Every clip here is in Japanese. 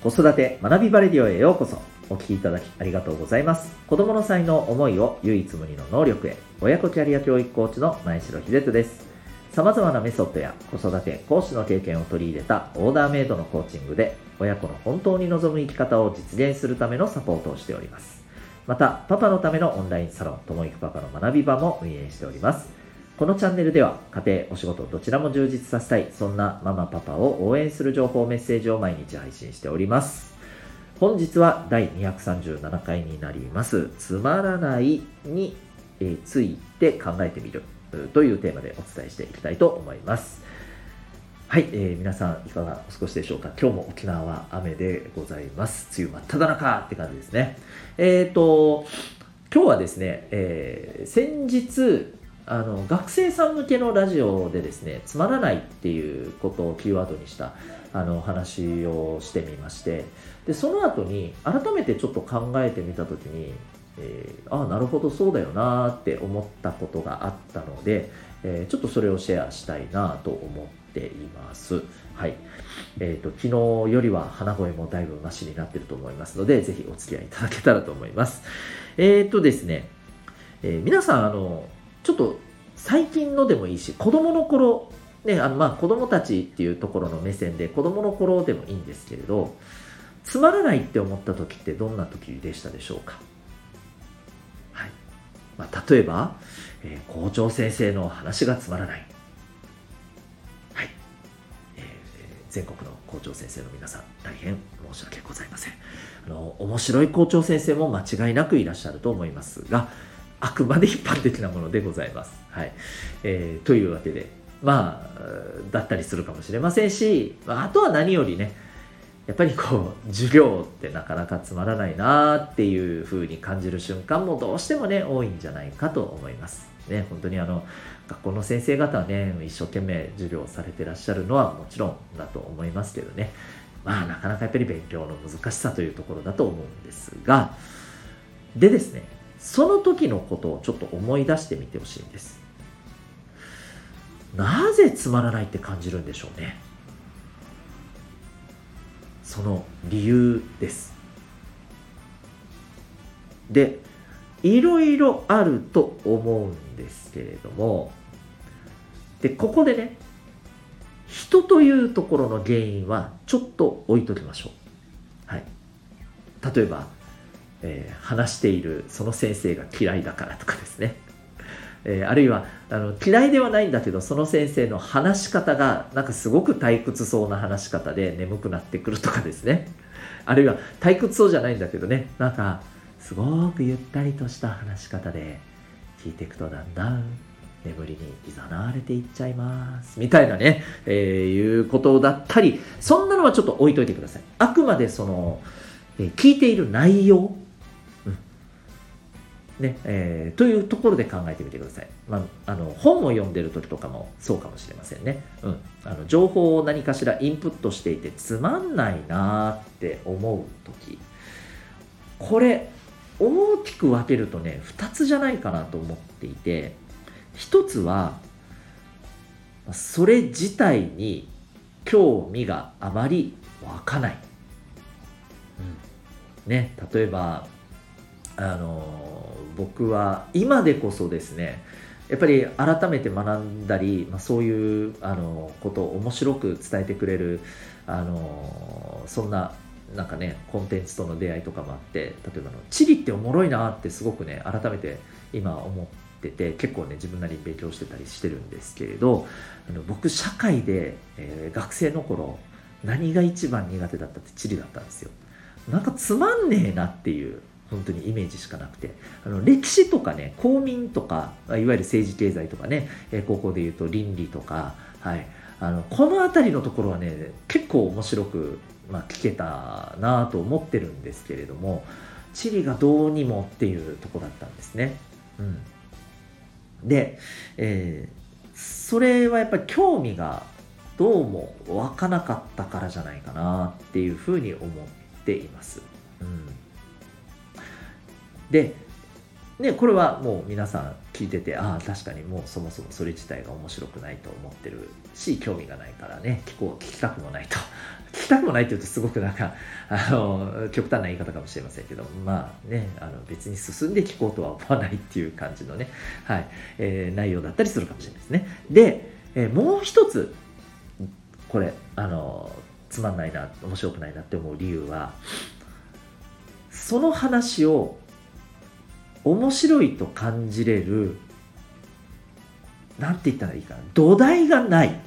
子育て学びバレディオへようこそ。お聞きいただきありがとうございます。子供の才能、思いを唯一無二の能力へ。親子キャリア教育コーチの前城秀人です。様々なメソッドや子育て、講師の経験を取り入れたオーダーメイドのコーチングで、親子の本当に望む生き方を実現するためのサポートをしております。また、パパのためのオンラインサロン、ともいくパパの学び場も運営しております。このチャンネルでは、家庭、お仕事、どちらも充実させたい、そんなママパパを応援する情報メッセージを毎日配信しております。本日は第237回になります。つまらないについて考えてみるというテーマでお伝えしていきたいと思います。はい、皆さんいかがお過ごしでしょうか。今日も沖縄は雨でございます。梅雨真っ只中って感じですね。今日はですね、先日学生さん向けのラジオでですね、つまらないっていうことをキーワードにした話をしてみまして、でその後に改めてちょっと考えてみたときに、なるほどそうだよなって思ったことがあったので、ちょっとそれをシェアしたいなと思っています。はい。昨日よりは鼻声もだいぶマシになっていると思いますので、ぜひお付き合いいただけたらと思います。ですね、皆さんちょっと最近のでもいいし、子供の頃ね、子供たちっていうところの目線で子供の頃でもいいんですけれど、つまらないって思った時ってどんな時でしたでしょうか。はい。例えば、校長先生の話がつまらない。はい。全国の校長先生の皆さん、大変申し訳ございません。面白い校長先生も間違いなくいらっしゃると思いますが、あくまで一般的なものでございます。はい。というわけで、だったりするかもしれませんし、あとは何よりね、やっぱり授業ってなかなかつまらないなっていう風に感じる瞬間もどうしてもね、多いんじゃないかと思います。ね、本当に学校の先生方はね、一生懸命授業をされてらっしゃるのはもちろんだと思いますけどね、なかなかやっぱり勉強の難しさというところだと思うんですが、でですね、その時のことをちょっと思い出してみてほしいんです。なぜつまらないって感じるんでしょうね。その理由です。で、いろいろあると思うんですけれども、で、ここでね、人というところの原因はちょっと置いときましょう。はい。例えば、話しているその先生が嫌いだからとかですね。あるいは嫌いではないんだけど、その先生の話し方がなんかすごく退屈そうな話し方で眠くなってくるとかですね。あるいは退屈そうじゃないんだけどね、なんかすごくゆったりとした話し方で聞いていくとだんだん眠りに誘われていっちゃいますみたいなね、いうことだったり、そんなのはちょっと置いといてください。あくまで聞いている内容、というところで考えてみてください。本を読んでる時とかもそうかもしれませんね。情報を何かしらインプットしていてつまんないなって思う時、これ大きく分けるとね、2つじゃないかなと思っていて、1つはそれ自体に興味があまり湧かない。例えば僕は今でこそですね、やっぱり改めて学んだり、そういうことを面白く伝えてくれるそんななんかねコンテンツとの出会いとかもあって、例えば地理っておもろいなってすごくね改めて今思ってて、結構ね自分なりに勉強してたりしてるんですけれど、僕社会で、学生の頃何が一番苦手だったって地理だったんですよ。なんかつまんねえなっていう本当にイメージしかなくて、歴史とかね、公民とか、いわゆる政治経済とかね、高校でいうと倫理とか、はい、このあたりのところはね、結構面白く、聞けたなと思ってるんですけれども、地理がどうにもっていうところだったんですね。で、それはやっぱり興味がどうも湧かなかったからじゃないかなっていうふうに思っています。で、 ね、これはもう皆さん聞いてて、ああ確かにもうそもそもそれ自体が面白くないと思ってるし、興味がないからね、聞きたくもないと聞きたくもないって言うとすごくなんか極端な言い方かもしれませんけど、まあね、別に進んで聞こうとは思わないっていう感じのね、はい、内容だったりするかもしれないですね。で、もう一つこれつまんないな、面白くないなって思う理由は、その話を面白いと感じれる、なんて言ったらいいかな、土台がない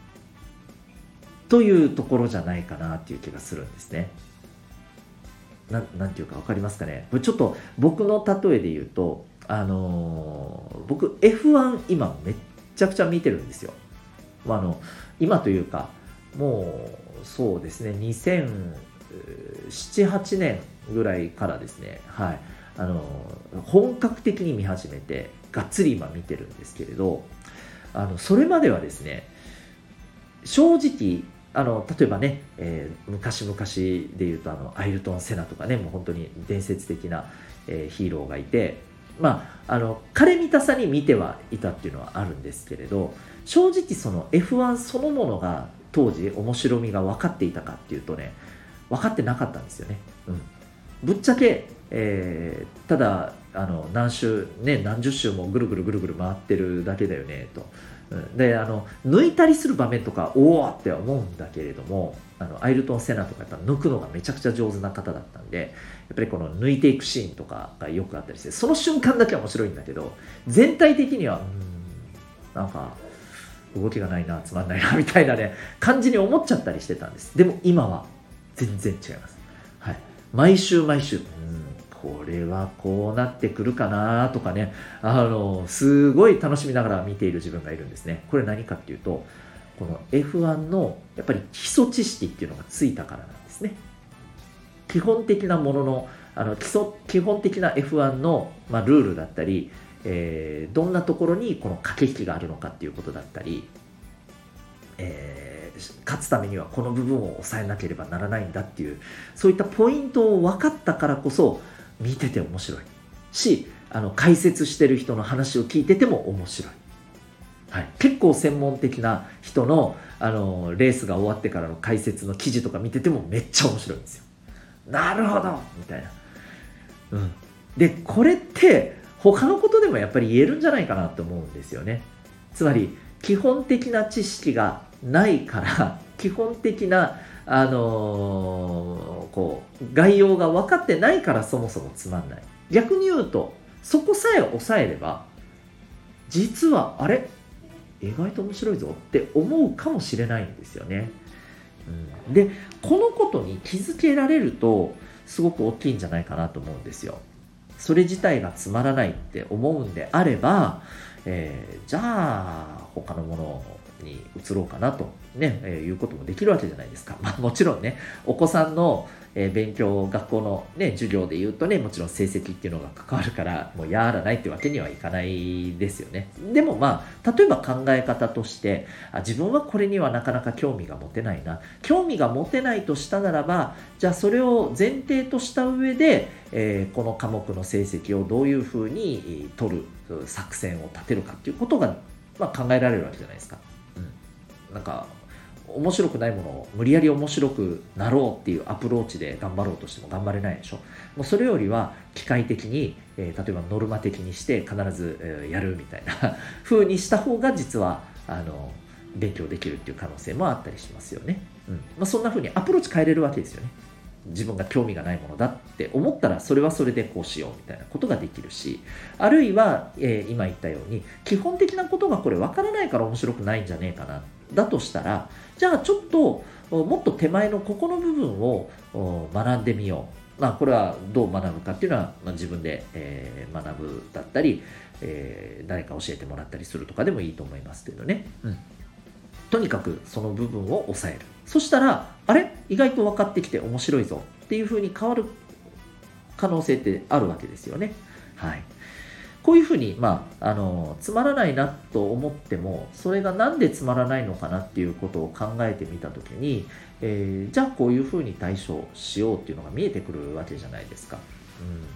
というところじゃないかなっていう気がするんですね。なんていうか分かりますかね。これちょっと僕の例えで言うと、僕 F1 今めっちゃくちゃ見てるんですよ。今というかもうそうですね、2007、8年ぐらいからですね、はい、本格的に見始めてがっつり今見てるんですけれど、それまではですね、正直例えばね、昔々で言うとアイルトン・セナとかね、もう本当に伝説的な、ヒーローがいて、彼見たさに見てはいたっていうのはあるんですけれど、正直その F1 そのものが当時面白みが分かっていたかっていうとね、分かってなかったんですよね。ぶっちゃけ、ただ何十周もぐるぐる回ってるだけだよねと。で抜いたりする場面とかおおって思うんだけれども、アイルトン・セナとかやっぱ抜くのがめちゃくちゃ上手な方だったんで、やっぱりこの抜いていくシーンとかがよくあったりして、その瞬間だけは面白いんだけど、全体的にはなんか動きがないな、つまんないなみたいなね感じに思っちゃったりしてたんです。でも今は全然違います。はい、毎週これはこうなってくるかなとかね、すごい楽しみながら見ている自分がいるんですね。これ何かっていうと、この F1 のやっぱり基礎知識っていうのがついたからなんですね。基本的なものの基本的な F1 の、ルールだったり、どんなところにこの駆け引きがあるのかっていうことだったり、勝つためにはこの部分を抑えなければならないんだっていう、そういったポイントを分かったからこそ見てて面白いし、解説してる人の話を聞いてても面白い、はい、結構専門的な人の、レースが終わってからの解説の記事とか見ててもめっちゃ面白いんですよ。なるほどみたいな、でこれって他のことでもやっぱり言えるんじゃないかなと思うんですよね。つまり基本的な知識がないから基本的な概要が分かってないからそもそもつまんない。逆に言うとそこさえ抑えれば実は意外と面白いぞって思うかもしれないんですよね。でこのことに気づけられるとすごく大きいんじゃないかなと思うんですよ。それ自体がつまらないって思うんであれば、じゃあ他のものに移ろうかなと、いうこともできるわけじゃないですか。もちろんね、お子さんの、勉強、学校の、授業で言うとね、もちろん成績っていうのが関わるからもうやらないってわけにはいかないですよね。でも例えば考え方として自分はこれにはなかなか興味が持てないな、興味が持てないとしたならば、じゃあそれを前提とした上で、この科目の成績をどういうふうに取る作戦を立てるかっていうことが、考えられるわけじゃないですか。なんか面白くないものを無理やり面白くなろうっていうアプローチで頑張ろうとしても頑張れないでしょ。もうそれよりは機械的に、例えばノルマ的にして必ず、やるみたいな風にした方が実は勉強できるっていう可能性もあったりしますよね。そんな風にアプローチ変えれるわけですよね。自分が興味がないものだって思ったらそれはそれでこうしようみたいなことができるし、あるいは、今言ったように基本的なことがこれ分からないから面白くないんじゃねえかな、だとしたら、じゃあちょっともっと手前のここの部分を学んでみよう。これはどう学ぶかっていうのは、自分で、学ぶだったり、誰か教えてもらったりするとかでもいいと思いますけどね。とにかくその部分を抑える。そしたら意外と分かってきて面白いぞっていう風に変わる可能性ってあるわけですよね。はい。こういうふうに、つまらないなと思っても、それがなんでつまらないのかなっていうことを考えてみたときに、じゃあこういうふうに対処しようっていうのが見えてくるわけじゃないですか。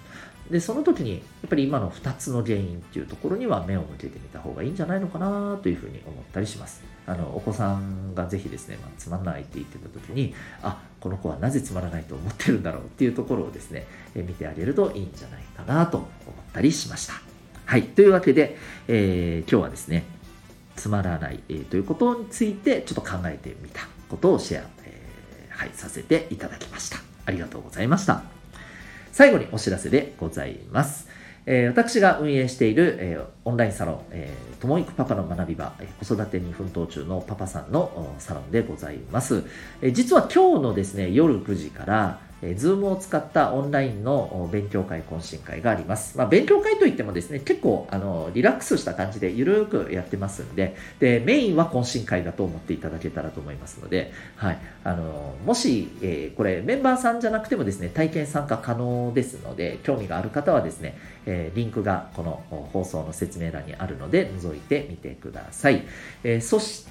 で、その時に、やっぱり今の2つの原因っていうところには目を向けてみた方がいいんじゃないのかなというふうに思ったりします。お子さんがぜひですね、つまんないって言ってた時に、この子はなぜつまらないと思ってるんだろうっていうところをですね、見てあげるといいんじゃないかなと思ったりしました。はい。というわけで、今日はですね、つまらない、ということについてちょっと考えてみたことをシェア、させていただきました。ありがとうございました。最後にお知らせでございます。私が運営している、オンラインサロン、ともいくパパの学び場、子育てに奮闘中のパパさんのサロンでございます。実は今日のですね、夜9時から、Zoom を使ったオンラインの勉強会懇親会があります。勉強会といってもですね、結構リラックスした感じでゆるくやってますんで、メインは懇親会だと思っていただけたらと思いますので、はい、もし、これメンバーさんじゃなくてもですね、体験参加可能ですので、興味がある方はですね、リンクがこの放送の説明欄にあるので覗いてみてください。そして、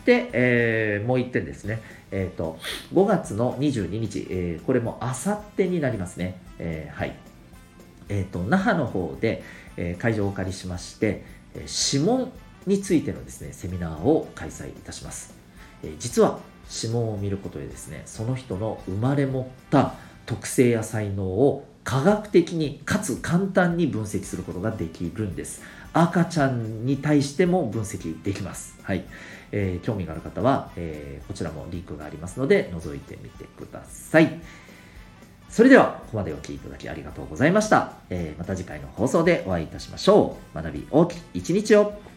もう一点ですね、5月の22日、これもあさってになりますね。はい。那覇の方で、会場をお借りしまして、指紋についてのですね、セミナーを開催いたします。実は指紋を見ることでですね、その人の生まれ持った特性や才能を科学的にかつ簡単に分析することができるんです。赤ちゃんに対しても分析できます。はい。興味がある方は、こちらもリンクがありますので覗いてみてください。それではここまでお聞きいただきありがとうございました。また次回の放送でお会いいたしましょう。学び大きい一日を。